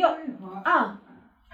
哟啊，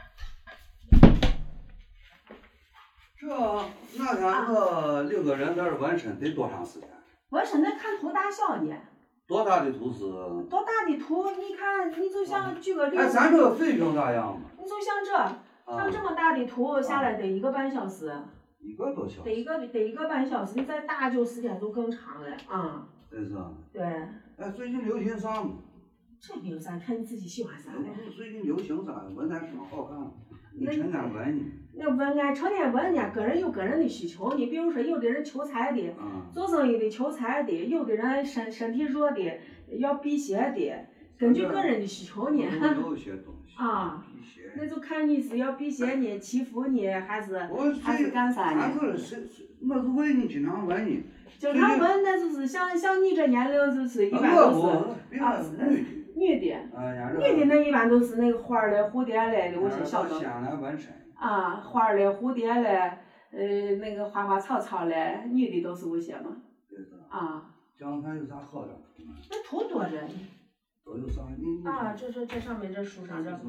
那天个6个人在这纹身得多长时间？ 纹身得看图大小的。 多大的图是？ 多大的图？你看，你就像举个例子。 哎，咱这个费用咋样嘛？ 你就像像这么大的图下来得1个半小时。 1个多小时。 得一个半小时，你再大就时间就更长了啊。 对是。 对。 哎，最近流行啥嘛？ 这没有啥，看你自己喜欢啥呗。 最近流行啥？纹咱身上好看，你成天纹呢？ 那纹俺成天纹，人家个人有个人的需求。你比如说，有的人求财的，做生意的求财的，有的人身体弱的，要辟邪的，根据个人的需求呢。 有一些东西啊， 辟邪。 那就看你是要辟邪呢，祈福呢，还是干啥呢？ 我是问你经常问你。 经常问，那就是像你这年龄，就是一般都是女的，女的那一般都是那个花儿嘞、蝴蝶嘞的，我先晓得。啊，花儿嘞、蝴蝶嘞，那个花花草草嘞，女的都是这些嘛。啊。 讲看有啥好的？ 那图多着呢。 都有啥？ 啊，这上面这书上这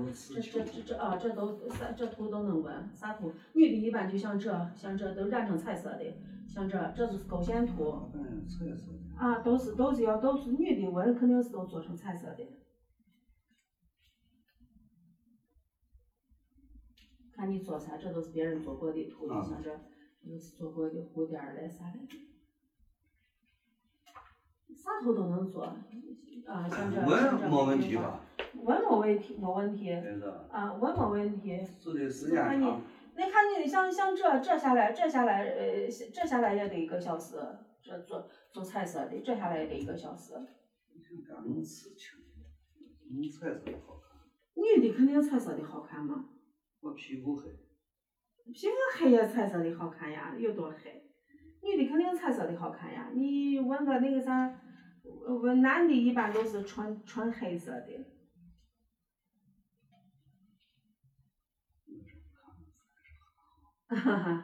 图都能纹，啥图？女的一般就像这都染成彩色的，像这就是勾线图。 彩色的。 啊，都是女的纹，肯定是都做成彩色的。看你做啥，这都是别人做过的图，像这都是做过的蝴蝶嘞啥的，啥图都能做。啊，像这纹没问题吧？ 纹没问题，没问题。啊，纹没问题。 是的，时间长。 那看你像这下来也得1个小时，这做彩色的，这下来也得1个小时。 能刺青，能彩色的好看。 女的肯定彩色的好看嘛。 我皮肤黑。 皮肤黑也彩色的好看呀，有多黑？女的肯定彩色的好看呀，你纹个那个啥，纹男的一般都是纯黑色的。哈哈。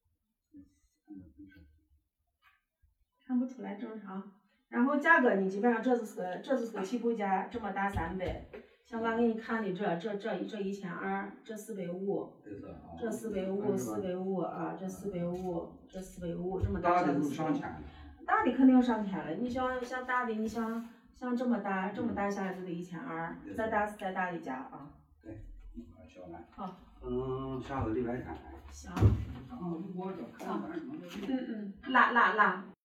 看不出来正常。然后价格呢，基本上这是个起步价，这么大300。像俺给你看的这1200，这450，这450啊，这450，这么大小的。大的肯定上千了，你像大的，你像这么大下来就得1200，再大的加啊。 对，小兰。 好。 下个礼拜天。 行。拉。